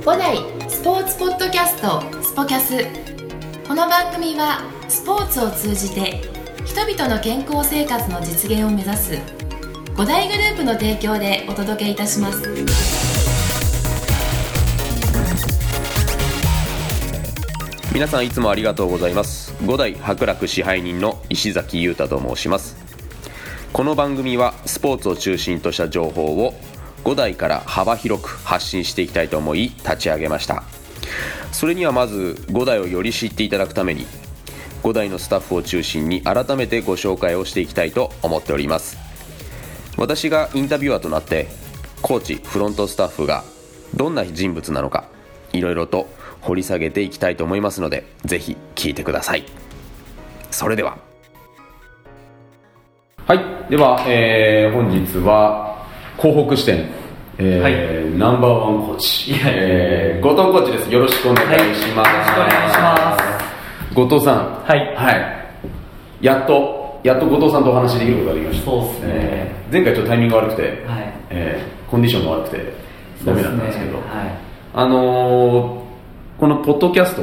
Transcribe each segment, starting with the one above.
五代スポーツポッドキャストスポキャス。この番組はスポーツを通じて人々の健康生活の実現を目指す五大グループの提供でお届けいたします。 皆さんいつもありがとうございます。五代博楽支配人の石崎裕太と申します。この番組はスポーツを中心とした情報を5代から幅広く発信していきたいと思い立ち上げました。それにはまず5代をより知っていただくために5代のスタッフを中心に改めてご紹介をしていきたいと思っております。私がインタビュアーとなってコーチフロントスタッフがどんな人物なのかいろいろと掘り下げていきたいと思いますので、ぜひ聞いてください。それでははい、では、本日は広北支店、ナンバーワンコーチ、後藤コーチです。よろしくお願いします。 よろしくお願いします。 後藤さん、 はい、 やっと後藤さんとお話しできることができました。 そうですね、 前回ちょっとタイミングが悪くて、コンディションが悪くてダメだったんですけど、このポッドキャストって、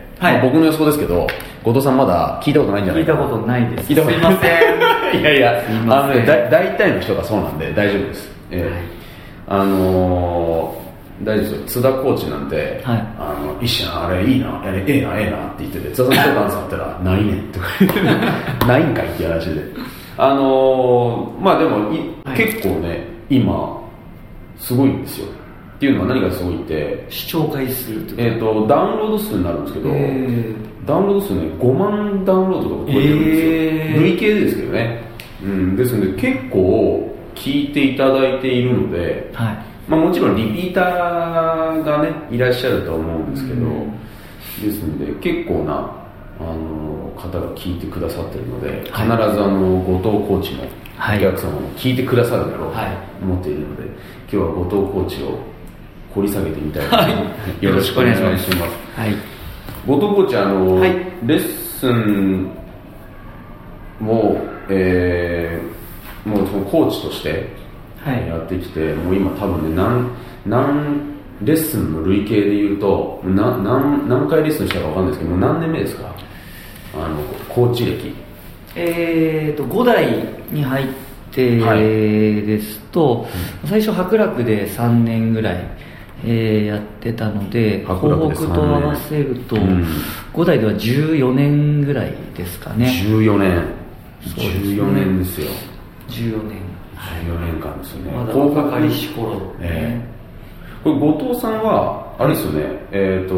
僕の予想ですけど、後藤さんまだ聞いたことないんじゃないかな。 聞いたことないです。 すいませんいやいや、大体の人がそうなんで大丈夫です。大丈夫ですよ。津田コーチなんて、石ちゃんあれいいな、ええなって言ってて、津田さんとかさったらないねんとかないんかいっていう話で、まあでも結構ね今すごいんですよ。っていうのは何がすごいって、 視聴回数とか、 ダウンロード数になるんですけど、ダウンロード数ね5万ダウンロードとか超えてるんですよ、累計ですけどね、ですので結構聞いていただいているので、もちろんリピーターがねいらっしゃると思うんですけど、ですので結構な方が聞いてくださっているので、必ず後藤コーチのお客様も聞いてくださるだろうと思っているので、今日は後藤コーチを掘り下げてみたいと思います。よろしくお願いします。後藤コーチ、レッスンも、もうそのコーチとしてやってきて、もう今多分ね何レッスンの累計でいうと何回レッスンしたか分かんないですけど、もう何年目ですか、コーチ歴。 5代に入ってですと、最初博楽で3年ぐらいやってたので、東北と合わせると5代では14年ぐらいですかね。 14年ですよ。 14 年間ですよね。 まだ若かりし頃、 これ後藤さんはあれですよね、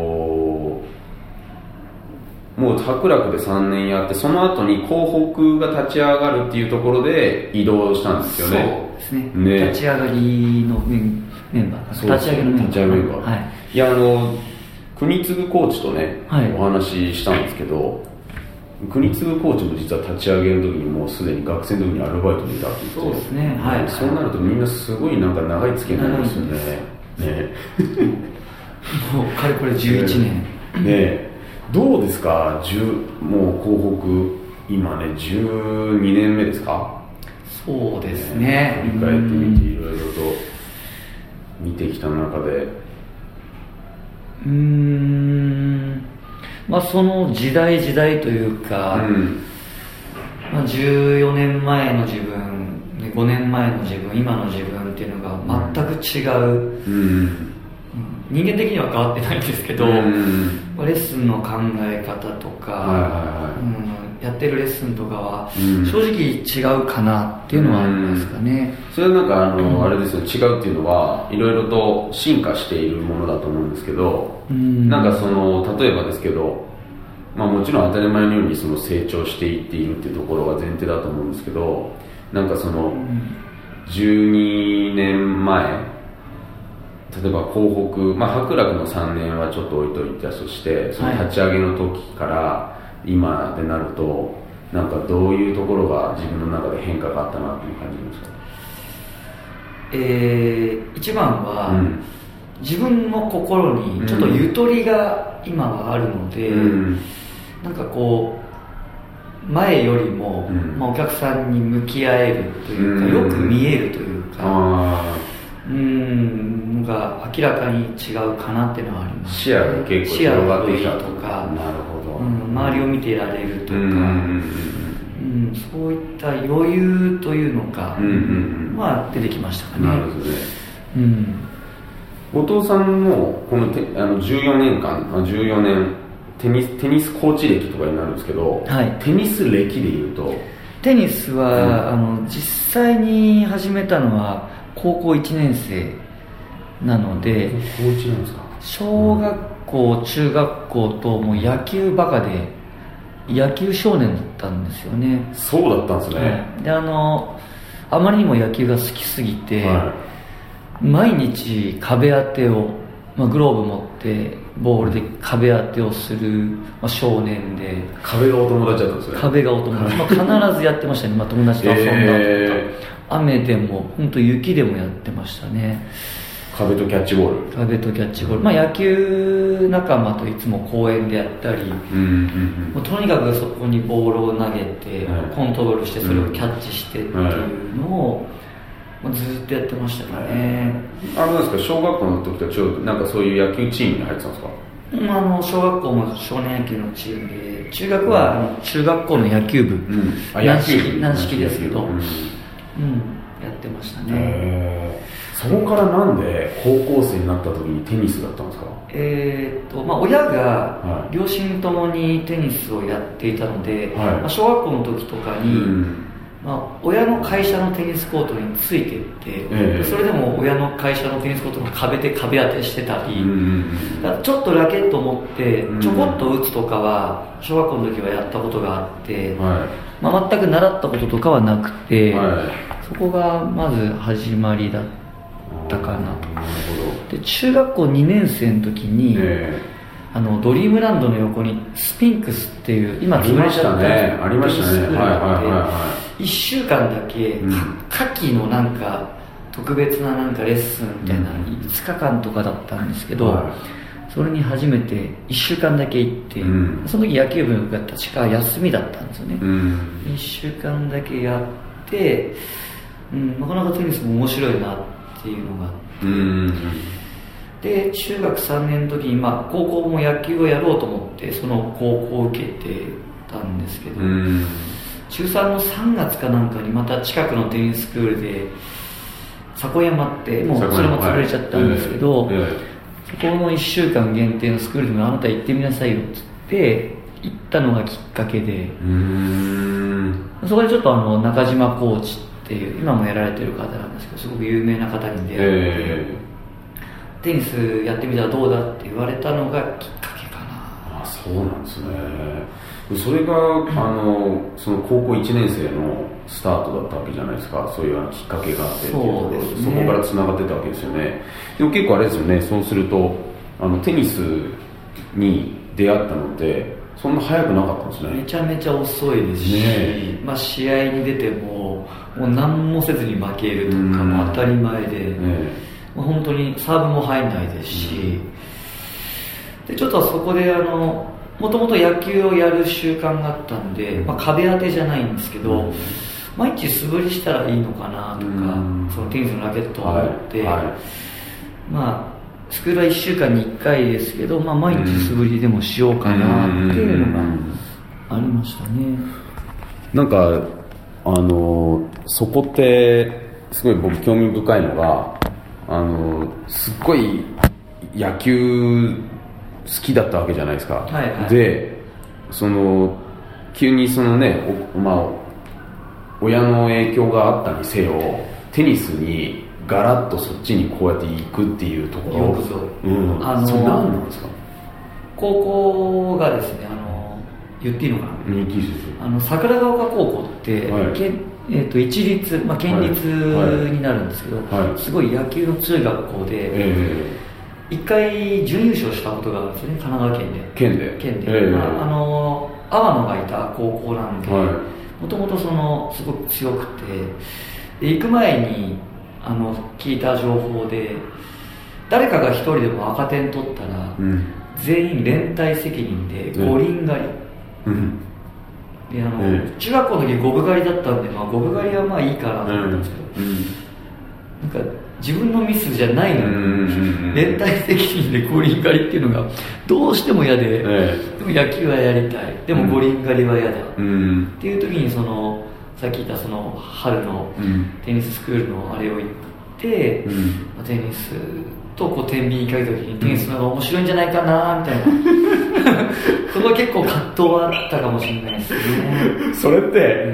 もう博楽で3年やって、その後に広北が立ち上がるっていうところで移動したんですよね。 そうですね、立ち上がりのメンバー、立ち上げのメンバー、 いや国次コーチとね、お話ししたんですけど、国次コーチも実は立ち上げる時にもうすでに学生の時にアルバイトにいたって言って、そうですね、そうなるとみんなすごいなんか長い付き合いになりますよね。 もうかれこれ11年どうですか、もう広北今ね12年目ですか。 そうですね、 振り返ってみていろいろと見てきた中で、 その時代というか、14年前の自分、5年前の自分、今の自分っていうのが全く違う、人間的には変わってないんですけど、レッスンの考え方とか、やってるレッスンとかは正直違うかなっていうのはありますかね。 それはなんかあれですよ、違うっていうのはいろいろと進化しているものだと思うんですけど、なんか例えばですけど、もちろん当たり前のように成長していっているっていうところが前提だと思うんですけど、なんか12年前、例えば広北、博楽の3年はちょっと置いといたとして、その立ち上げの時から今でなると、なんかどういうところが自分の中で変化があったなっていう感じですか。 一番は、自分の心にちょっとゆとりが今はあるので、なんかこう前よりも、お客さんに向き合えるというか、よく見えるというか、のがが明らかに違うかなっていうのはあります。 視野が結構広がってきたとか、 なるほど、 周りを見ていられるとか、そういった余裕というのかは出てきましたかね。 なるほどね。後藤さんのこの14年間、14年テニスコーチ歴とかになるんですけど、はい、テニス歴でいうとテニスは、実際に始めたのは高校1年生なので、 高1なんですか。 小学校、中学校ともう野球バカで野球少年だったんですよね。 そうだったんですね。 であまりにも野球が好きすぎて、毎日壁当てを、グローブ持ってボールで壁当てをする、少年で。 壁がお友達だったんですね。 壁がお友達、必ずやってましたね。友達と遊んだとか、雨でも本当雪でもやってましたね。 壁とキャッチボール。 壁とキャッチボール、野球仲間といつも公園でやったり、もうとにかくそこにボールを投げて、コントロールしてそれをキャッチしてっていうのを、ずっとやってましたね。 なんですか、小学校の時となんかそういう野球チームに入ってたんですか。 小学校も少年野球のチームで、中学は中学校の野球部、軟式ですけど、やってましたね。 そこからなんで高校生になった時にテニスだったんですか。 親が両親ともにテニスをやっていたので、小学校の時とかに、親の会社のテニスコートについていって、それでも親の会社のテニスコートの壁で壁当てしてたり、ちょっとラケットを持ってちょこっと打つとかは小学校の時はやったことがあって、全く習ったこととかはなくて、そこがまず始まりだったかなと。で中学校2年生の時に、ドリームランドの横にスピンクスっていう今潰れちゃったありましたね。 1週間だけ夏季のなんか特別ななんかレッスンみたいな5日間とかだったんですけど、それに初めて1週間だけ行って、その時野球部が確か休みだったんですよね。1週間だけやって、なかなかテニスも面白いなっていうのがあって、で中学3年の時に、高校も野球をやろうと思ってその高校を受けてたんですけど、中3の3月かなんかにまた近くのテニススクールで迫山ってもうそれも潰れちゃったんですけど、そこの1週間限定のスクールでもあなた行ってみなさいよって言って行ったのがきっかけで、そこでちょっと中島コーチっていう今もやられてる方なんですけど、すごく有名な方に出会って、テニスやってみたらどうだって言われたのがきっかけかな。 そうなんですね。それがその高校1年生のスタートだったわけじゃないですか。そういうきっかけがあってっていうところ、そこからつながってたわけですよね。でも結構あれですよね。そうするとテニスに出会ったのってそんな早くなかったんですね。 めちゃめちゃ遅いですし、試合に出てもう何もせずに負けるとかも当たり前で、本当にサーブも入んないですし、でちょっとそこでもともと野球をやる習慣があったんで、壁当てじゃないんですけど、毎日素振りしたらいいのかなとか、そのテニスのラケットを持って、スクールは1週間に1回ですけど、毎日素振りでもしようかなっていうのがありましたね。 なんかそこってすごい僕興味深いのが、すっごい野球好きだったわけじゃないですか。で急に親の影響があったにせよテニスにガラッとそっちにこうやって行くっていうところ、それ何なんですか。 高校がですね、言っていいのかな、桜ヶ丘高校って、一律、県立になるんですけど、すごい野球の強い学校で、一回準優勝したことがあるんですよね、神奈川県で。県で、阿波野がいた高校なんで、もともとすごく強くて、で行く前に聞いた情報で、誰かが一人でも赤点取ったら、全員連帯責任で五輪狩り、で中学校の時五分狩りだったんで、五分狩りはまあいいかなと思ったんですけど、 なんか自分のミスじゃないのに連帯責任で五輪狩りっていうのがどうしても嫌で、でも野球はやりたい、でも五輪狩りは嫌だ、っていう時にさっき言った春のテニススクールのあれを行って、テニスと天秤にかけた時にテニスの方が面白いんじゃないかなみたいなそこは結構葛藤はあったかもしれないですね。 それって、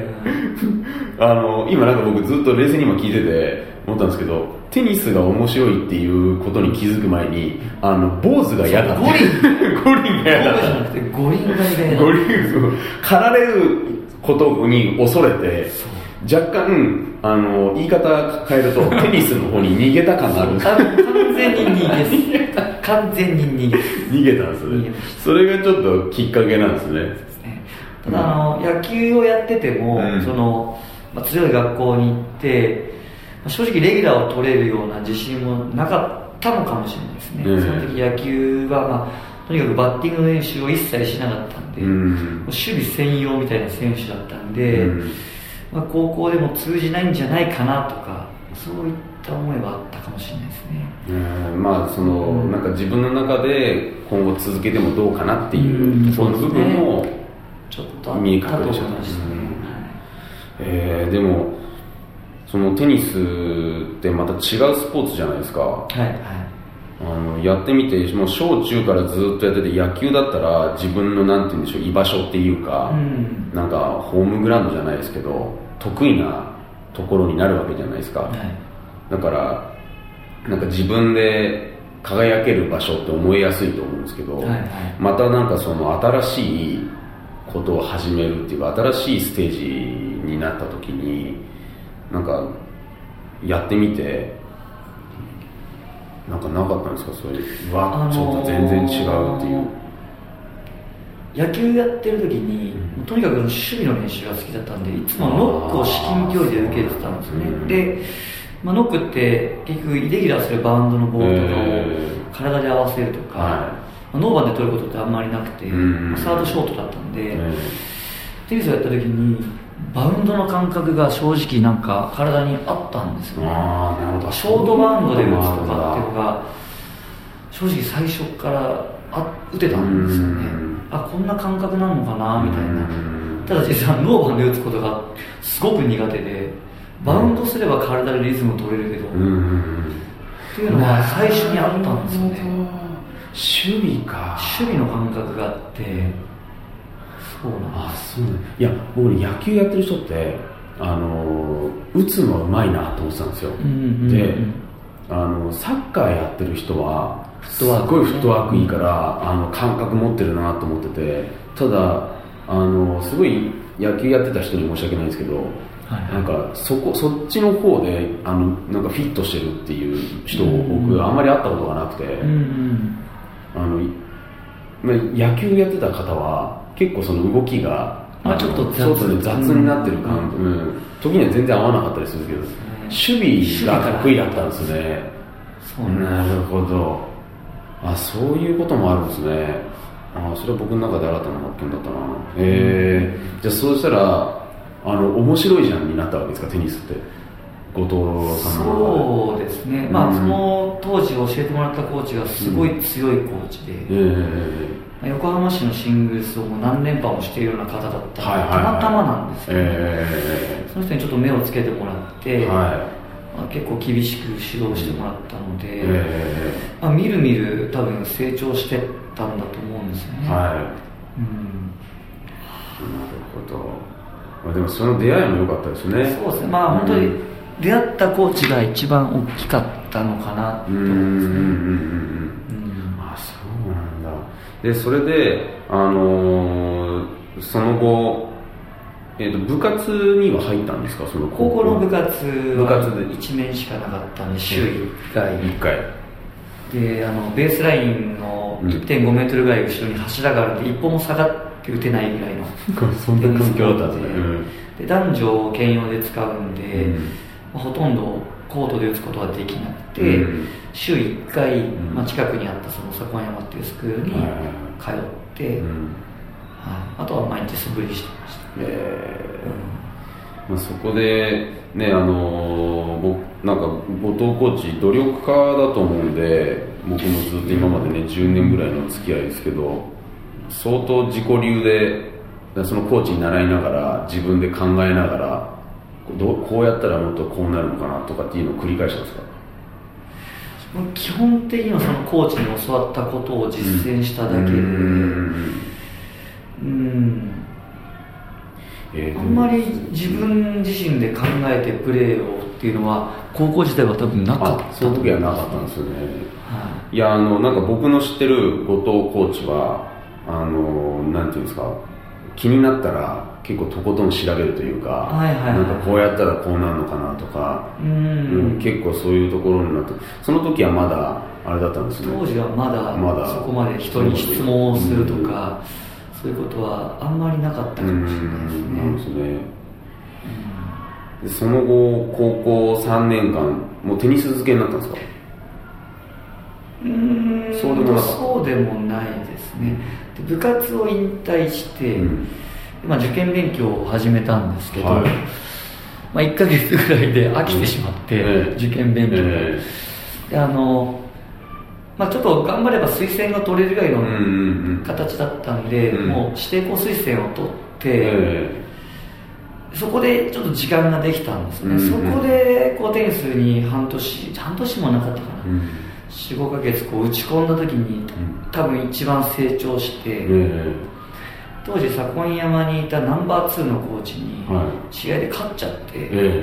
今なんか僕ずっと冷静に今聞いてて思ったんですけど、テニスが面白いっていうことに気づく前に坊主が嫌だって五輪が嫌だった。 五輪が嫌だ。 五輪狩られることに恐れて若干言い方変えるとテニスの方に逃げた感がある。 完全に逃げ完全に逃げたんですね。それがちょっときっかけなんですね。 ただ野球をやってても、強い学校に行って正直レギュラーを取れるような自信もなかったのかもしれないですね。その時野球は、とにかくバッティングの練習を一切しなかったんで、守備専用みたいな選手だったんで、高校でも通じないんじゃないかなとか、そういった思いはあったかもしれないですね。 なんか自分の中で今後続けてもどうかなっていう、その部分もちょっと見え隠れちゃったんですね。でもそのテニスってまた違うスポーツじゃないですか。やってみてもう小中からずっとやってて、野球だったら自分のなんて言うんでしょう、居場所っていうか、なんかホームグラウンドじゃないですけど得意なところになるわけじゃないですか。だからなんか自分で輝ける場所って思いやすいと思うんですけど、またなんか新しいことを始めるっていうか、新しいステージになった時になんかやってみてなんかなかったんですか？そういうちょっと全然違うっていう。 野球やってる時に、とにかく守備の練習が好きだったんで、いつもノックを至近距離で受けてたんですね。で、ノックって結局イレギュラーするバウンドのボールとかを体で合わせるとか、ノーバンで取ることってあんまりなくて、サードショートだったんで、テニスをやった時にバウンドの感覚が正直なんか体にあったんですよね。ショートバウンドで打つとかっていうのが正直最初から打てたんですよね。こんな感覚なのかなみたいな。ただ実はノーバンで打つことがすごく苦手で、バウンドすれば体でリズムを取れるけど、っていうのが最初にあったんですよね。 守備の感覚があって、そうなんです。 いや僕ね、野球やってる人って打つのうまいなと思ってたんですよ。でサッカーやってる人はすごいフットワークいいから感覚持ってるなと思ってて、ただすごい野球やってた人に申し訳ないんですけど、なんかそっちの方でなんかフィットしてるっていう人を僕あんまり会ったことがなくて、野球やってた方は結構その動きがちょっと雑になってる感じ、時には全然合わなかったりするけど、守備が得意だったんですね。なるほど。そういうこともあるんですね。それは僕の中で新たな発見だったな。じゃあそうしたら面白いじゃんになったわけですか、テニスって。後藤さんのそうですね、その当時教えてもらったコーチがすごい強いコーチで、横浜市のシングルスをもう何連覇もしているような方だったので、たまたまなんですけど、その人にちょっと目をつけてもらって、結構厳しく指導してもらったので、みるみる多分成長してったんだと思うんですよね。なるほど。でもその出会いも良かったですね。 そうですね、本当に出会ったコーチが一番大きかったのかなと思いますね。 そうなんだ。でそれでその後部活には入ったんですか？その高校の部活は1年しかなかったんで、週1回でベースラインの 1.5 メートルぐらい後ろに柱があるんで、一歩も下がって打てないぐらいのそんな環境だったんですね。 で男女兼用で使うんで、ほとんどコートで打つことはできなくて、週1回、近くにあったその坂山っていうスクールに通って、あとは毎日素振りしてました。 そこでね、 なんか後藤コーチ努力家だと思うんで、僕もずっと今までね10年ぐらいの付き合いですけど、相当自己流でそのコーチに習いながら自分で考えながらこうやったらもっとこうなるのかなとかっていうのを繰り返したんですか？ 基本的にはそのコーチに教わったことを実践しただけで、あんまり自分自身で考えてプレーをっていうのは高校時代は多分なかった。 その時はなかったんですよね。いやなんか僕の知ってる後藤コーチはなんていうんですか、気になったら結構とことん調べるというか、なんかこうやったらこうなるのかなとか、結構そういうところになって、その時はまだあれだったんですね。 当時はまだそこまで人に質問をするとか、そういうことはあんまりなかったかもしれないですね。 なんですね。でその後高校3年間もうテニス漬けになったんですか？ そうでもないですね。で部活を引退して、受験勉強を始めたんですけど、1ヶ月ぐらいで飽きてしまって、受験勉強で、ちょっと頑張れば推薦が取れるぐらいの形だったんで、もう指定校推薦を取って、そこでちょっと時間ができたんですね。そこでテニスに半年もなかったかな、4、5ヶ月打ち込んだ時に多分一番成長して、当時左近山にいたナンバー2のコーチに試合で勝っちゃって、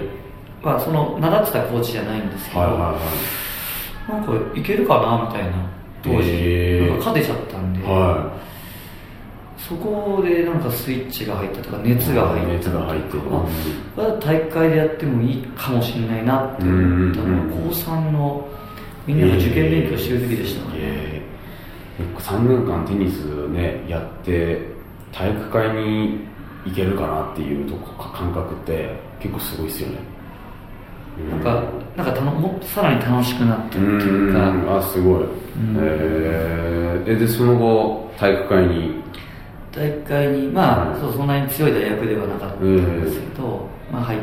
その習ってたコーチじゃないんですけど、なんかいけるかなみたいな、当時なんか勝てちゃったんで、そこでなんかスイッチが入ったとか熱が入ったとか、大会でやってもいいかもしれないなって思ったのが高3のみんなが受験勉強してる時でしたね。 3年間テニスねやって体育会に行けるかなっていう感覚って結構すごいですよね。 なんかもっとさらに楽しくなってるっていうか、 すごい。でその後体育会にそんなに強い大学ではなかったんですけど、入って、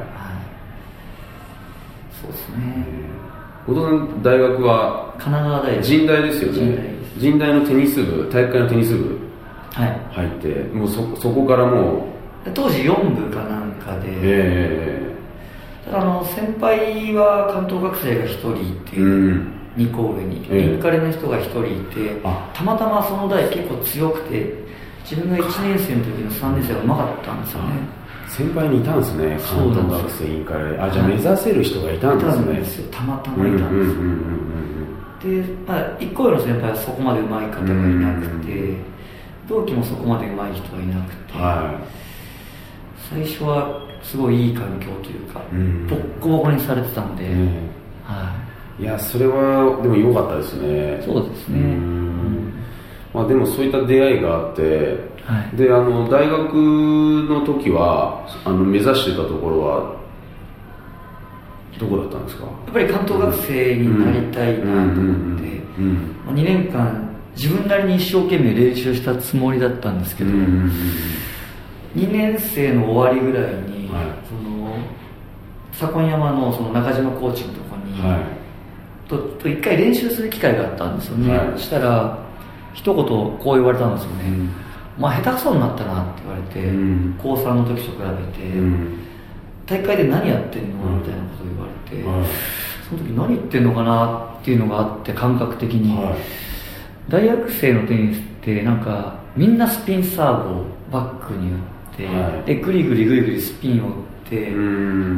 そうですね。後藤さん大学は神奈川大学、 神大ですよね。神大のテニス部、体育会のテニス部入って、もうそこからもう当時4部かなんかで、ただ先輩は関東学生が1人いて、2校上にインカレの人が1人いて、たまたまその代結構強くて、自分が1年生の時の3年生がうまかったんですよね。 先輩にいたんですね、関東学生インカレ。じゃあ目指せる人がいたんですね。 たまたまいたんですよ。で、1個上の先輩はそこまでうまい方がいなくて、同期もそこまでうまい人はいなくて、最初はすごいいい環境というか、ボッコボコにされてたんで、 いやそれはでも良かったですね。 そうですね。 でもそういった出会いがあって、で大学の時は目指してたところはどこだったんですか？ やっぱり関東学生になりたいなと思って、2年間自分なりに一生懸命練習したつもりだったんですけど、2年生の終わりぐらいに、左近山のその中島コーチのところに、と一回練習する機会があったんですよね。そしたら一言こう言われたんですよね。下手くそになったなって言われて、高3の時と比べて、大会で何やってんのみたいなことを言われて、その時何言ってんのかなっていうのがあって、感覚的に、大学生のテニスってなんかみんなスピンサーブをバックに打って、でグリグリスピンを打って、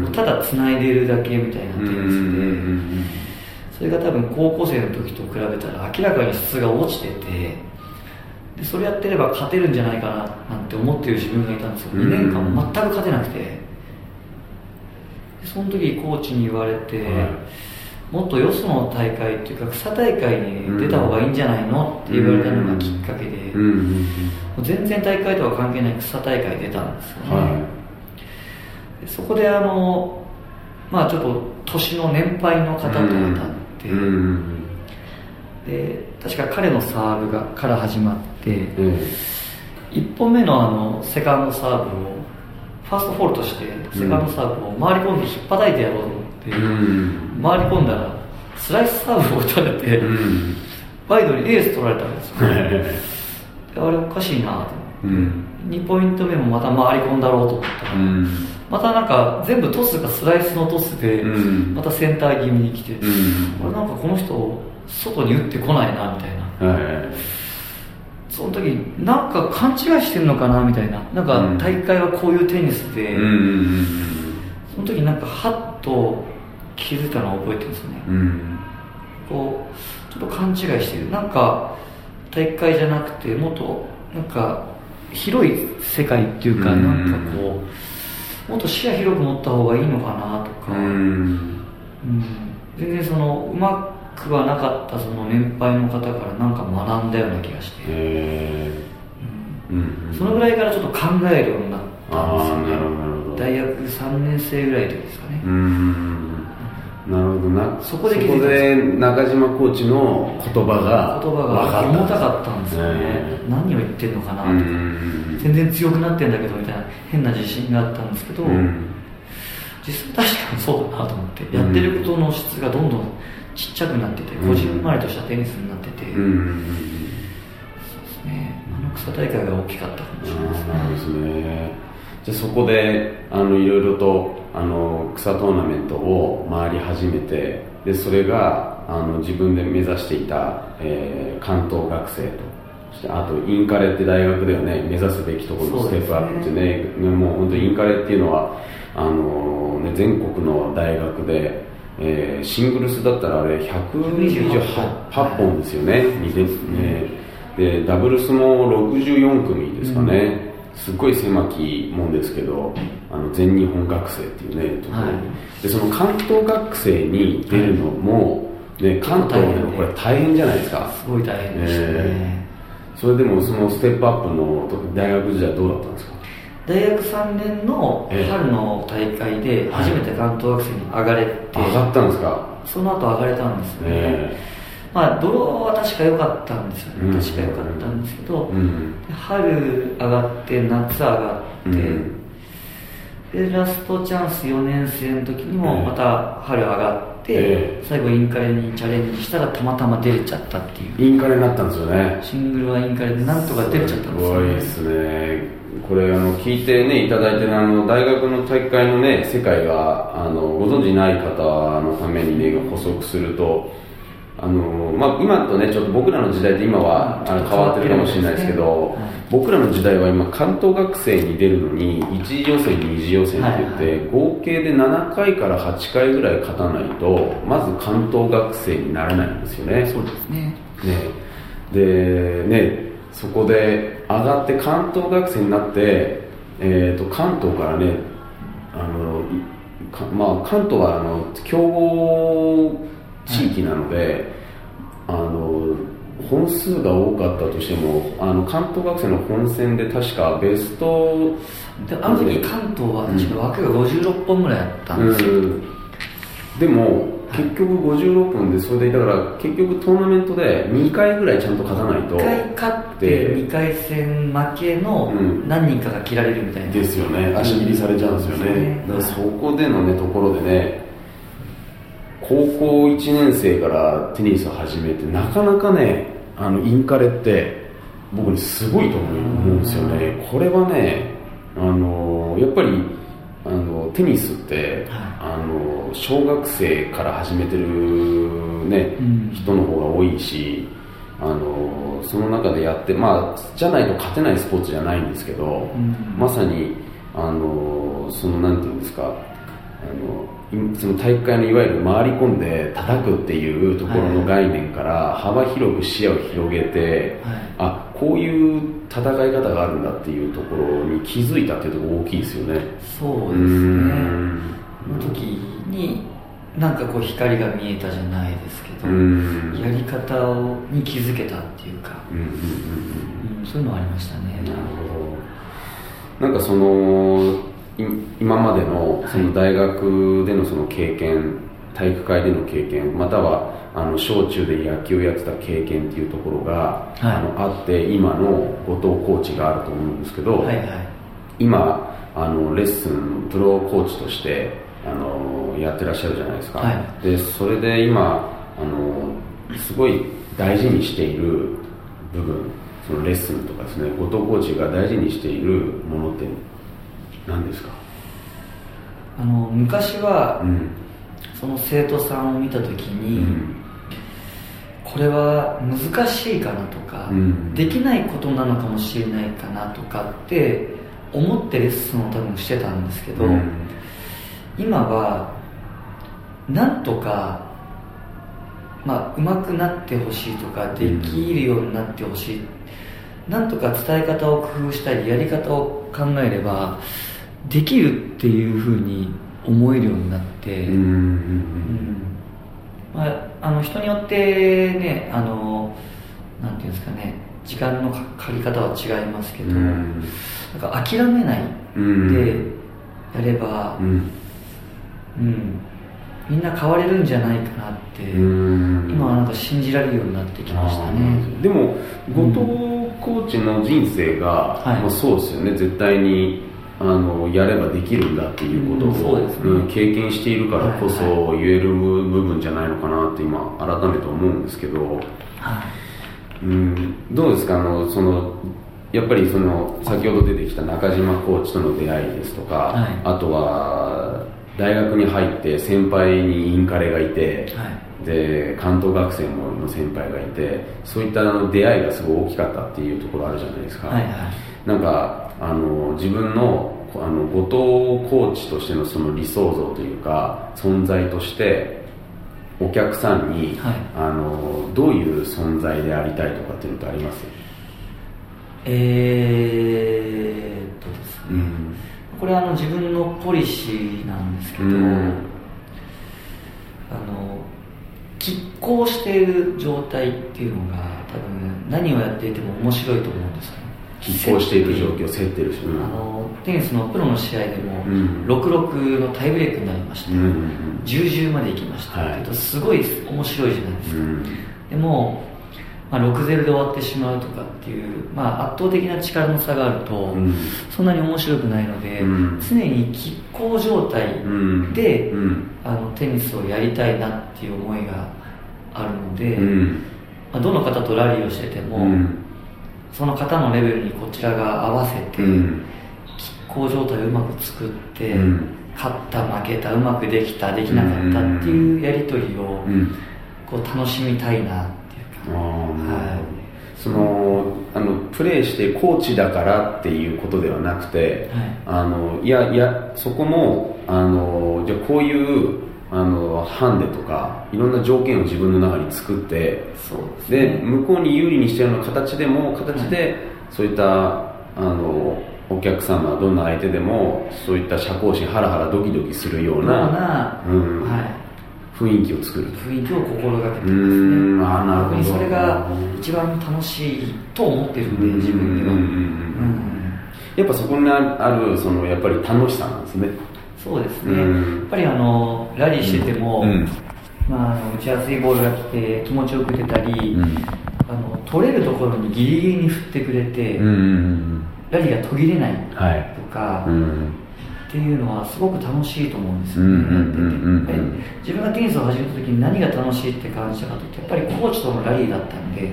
ただ繋いでるだけみたいなテニスで、それが多分高校生の時と比べたら明らかに質が落ちてて、でそれやってれば勝てるんじゃないかななんて思ってる自分がいたんですよ。2年間全く勝てなくて、でその時コーチに言われて、もっとよその大会っていうか草大会に出た方がいいんじゃないのって言われたのがきっかけで、全然大会とは関係ない草大会出たんですよね。でそこでちょっと年の年配の方と当たって、で確か彼のサーブから始まって、1本目のセカンドサーブをファーストフォールとしてセカンドサーブを回り込んで引っ叩いてやろうと思っ回り込んだらスライスサーブを打たれて、ワイドにエース取られたんですよあれおかしいなと思って、2ポイント目もまた回り込んだろうと思ったら、またなんか全部トスがスライスのトスで、またセンター気味に来て、俺なんかこの人外に打ってこないなみたいな、その時なんか勘違いしてるのかなみたいな、なんか大会はこういうテニスで、その時なんかハッと気づいたのを覚えてるんですよね、こうちょっと勘違いしてる、なんか大会じゃなくてもっとなんか広い世界っていうか、なんかこうもっと視野広く持った方がいいのかなとか、全然そのうまくはなかったその年配の方からなんか学んだような気がして、そのぐらいからちょっと考えるようになったんですよね。大学3年生ぐらいの時ですかね。 なるほどな。 そこで中島コーチの言葉が重たかったんですよね。何を言ってんのかなとか、全然強くなってんだけどみたいな変な自信があったんですけど、実際確かにそうだなと思って、やってることの質がどんどんちっちゃくなってて、こじんまりとしたテニスになってて、そうですね、草大会が大きかったかもしれないですね。 なるほどですね。じゃあそこでいろいろと草トーナメントを回り始めて、でそれが自分で目指していた、関東学生と、そしてあとインカレって大学ではね目指すべきところのステップアップってね、もう本当にインカレっていうのは全国の大学で、シングルスだったらあれ128本ですよね、でダブルスも64組ですかね、すっごい狭きもんですけど、全日本学生っていうねところ、でその関東学生に出るのも、関東でのこれ大変じゃないですか。 すごい大変でしたね。 それでもそのステップアップの大学時代どうだったんですか？ 大学3年の春の大会で初めて関東学生に上がれて、 上がったんですか？ その後上がれたんですよね。ドローは確か良かったんですよね、確か良かったんですけど、春上がって夏上がって、でラストチャンス4年生の時にもまた春上がって、最後インカレにチャレンジしたらたまたま出れちゃったっていう。 インカレになったんですよね。 シングルはインカレでなんとか出れちゃったんですよね。 すごいですね。これ聞いてねいただいてる大学の大会のね世界がご存じない方のためにね補足すると、今とねちょっと僕らの時代って今は変わってるかもしれないですけど、僕らの時代は今関東学生に出るのに1次予選2次予選って言って、合計で7回から8回ぐらい勝たないとまず関東学生になれないんですよね。 そうですね。 でねそこで上がって関東学生になって、関東からね関東は強豪地域なので、本数が多かったとしても関東学生の本戦で確かベストであの時関東は確か枠が56本ぐらいあったんですよ、 でも結局56本で、それでだから結局トーナメントで2回ぐらいちゃんと勝たないと、 1回勝って2回戦負けの何人かが切られるみたいな、 ですよね、足切りされちゃうんですよね、だからそこでのねところでね、高校1年生からテニスを始めてなかなかねインカレって僕にすごいと思うんですよね。これはねやっぱりテニスって、小学生から始めてる、ね人の方が多いし、その中でやってじゃないと勝てないスポーツじゃないんですけど、まさにそのなんていうんですかその大会のいわゆる回り込んで叩くっていうところの概念から幅広く視野を広げて、こういう戦い方があるんだっていうところに気づいたっていうところ大きいですよね。 そうですね。の時になんかこう光が見えたじゃないですけど、やり方に気づけたっていうか、そういうのはありましたね。 なるほど。なんかその今までのその大学でのその経験、体育会での経験、または小中で野球をやってた経験っていうところが、あって今の後藤コーチがあると思うんですけど、今レッスンプロコーチとしてやってらっしゃるじゃないですか、 はい、 でそれで今すごい大事にしている部分、そのレッスンとかですね、後藤コーチが大事にしているものって何ですか？ 昔は、その生徒さんを見た時に、これは難しいかなとか、できないことなのかもしれないかなとかって思ってレッスンを多分してたんですけど、今はなんとか、上手くなってほしいとか、できるようになってほしい、なんとか伝え方を工夫したりやり方を考えればできるっていうふうに思えるようになって、人によってね、なんていうんですかね、時間のかかり方は違いますけど、なんか諦めないでやれば、みんな変われるんじゃないかなって今はなんか信じられるようになってきましたね。 でも後藤コーチの人生が、そうですよね、絶対にやればできるんだっていうことを、経験しているからこそ言える部分じゃないのかなって今改めて思うんですけど、どうですか、やっぱり先ほど出てきた中島コーチとの出会いですとか、あとは大学に入って先輩にインカレがいて、で関東学生の先輩がいて、そういった出会いがすごい大きかったっていうところあるじゃないですか。なんか自分の後藤コーチとしてのその理想像というか存在としてお客さんに、どういう存在でありたいとかっていうのってあります？ ですね、これは自分のポリシーなんですけど、拮抗している状態っていうのが多分何をやっていても面白いと思うんですよね。 拮抗している状況、競ってるし、 テニスのプロの試合でも、6-6のタイブレークになりました、10-10まで行きました、すごい面白いじゃないですか、でも、6-0で終わってしまうとかっていう、圧倒的な力の差があると、そんなに面白くないので、常に拮抗状態で、テニスをやりたいなっていう思いがあるので、どの方とラリーをしてても、その方のレベルにこちらが合わせて、拮抗状態をうまく作って、勝った負けた、うまくできたできなかったっていうやり取りを、こう楽しみたいなっていうか、 プレーしてコーチだからっていうことではなくて、そこもじゃあこういうハンデとかいろんな条件を自分の中に作って、で向こうに有利にしたような形でそういったお客様、どんな相手でもそういった社交心、ハラハラドキドキするような雰囲気を作る、 雰囲気を心がけてますね。逆にそれが一番楽しいと思ってるんで、自分では。 やっぱそこにあるやっぱり楽しさなんですね。 そうですね、やっぱりラリーしてても、打ちやすいボールが来て気持ちよく出たり、取れるところにギリギリに振ってくれて、ラリーが途切れないとか、っていうのはすごく楽しいと思うんですよね。自分がテニスを始めた時に何が楽しいって感じたかというと、やっぱりコーチとのラリーだったんで、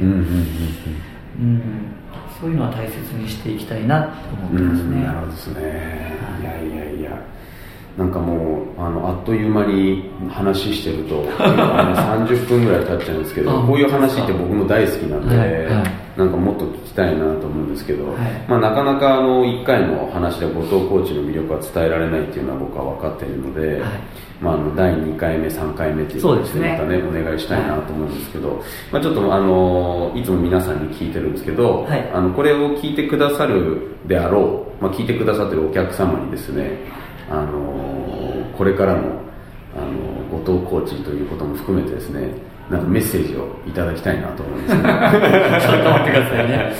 そういうのは大切にしていきたいなと思ってますね。 なるほどですね。いやなんかもうあっという間に話してると30分ぐらい経っちゃうんですけど、こういう話って僕も大好きなんで、なんかもっと聞きたいなと思うんですけど、なかなか1回の話で後藤コーチの魅力は伝えられないっていうのは僕は分かっているので、第2回目3回目っていうのをまたねお願いしたいなと思うんですけど、ちょっといつも皆さんに聞いてるんですけど、これを聞いてくださるであろう、聞いてくださってるお客様にですね、これからの後藤コーチということも含めてですね、なんかメッセージをいただきたいなと思うんですけどちょっと待ってくださいね。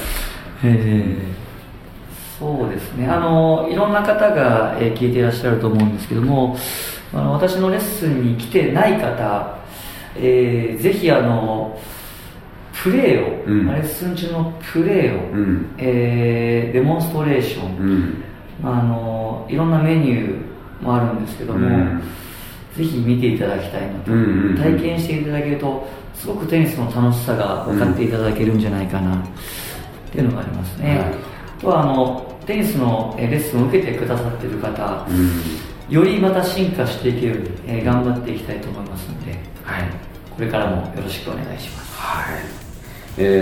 そうですね、いろんな方が聞いていらっしゃると思うんですけども、私のレッスンに来てない方、ぜひプレーを、レッスン中のプレーを、デモンストレーション、いろんなメニューもあるんですけども、 ぜひ見ていただきたいのと、体験していただけるとすごくテニスの楽しさが分かっていただけるんじゃないかなっていうのがありますね。あとはテニスのレッスンを受けてくださっている方、よりまた進化していけるように、頑張っていきたいと思いますので、これからもよろしくお願いします。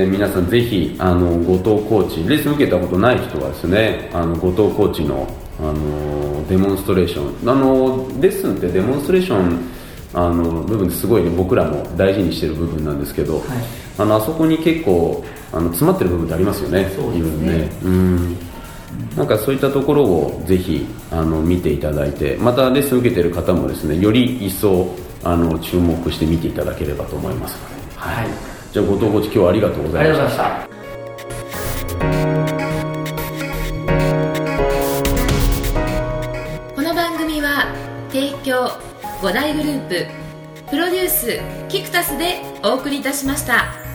皆さんぜひ後藤コーチ、レッスン受けたことない人はですね、後藤コーチのデモンストレーション、レッスンってデモンストレーション部分ですごいね、僕らも大事にしてる部分なんですけど、あそこに結構詰まってる部分ってありますよね。 そうですね。 なんかそういったところをぜひ見ていただいて、またレッスン受けてる方もですね、より一層注目して見ていただければと思いますので、じゃあ後藤コーチ、今日はありがとうございました。 ありがとうございました。 この番組は提供5大グループプロデュースキクタスでお送りいたしました。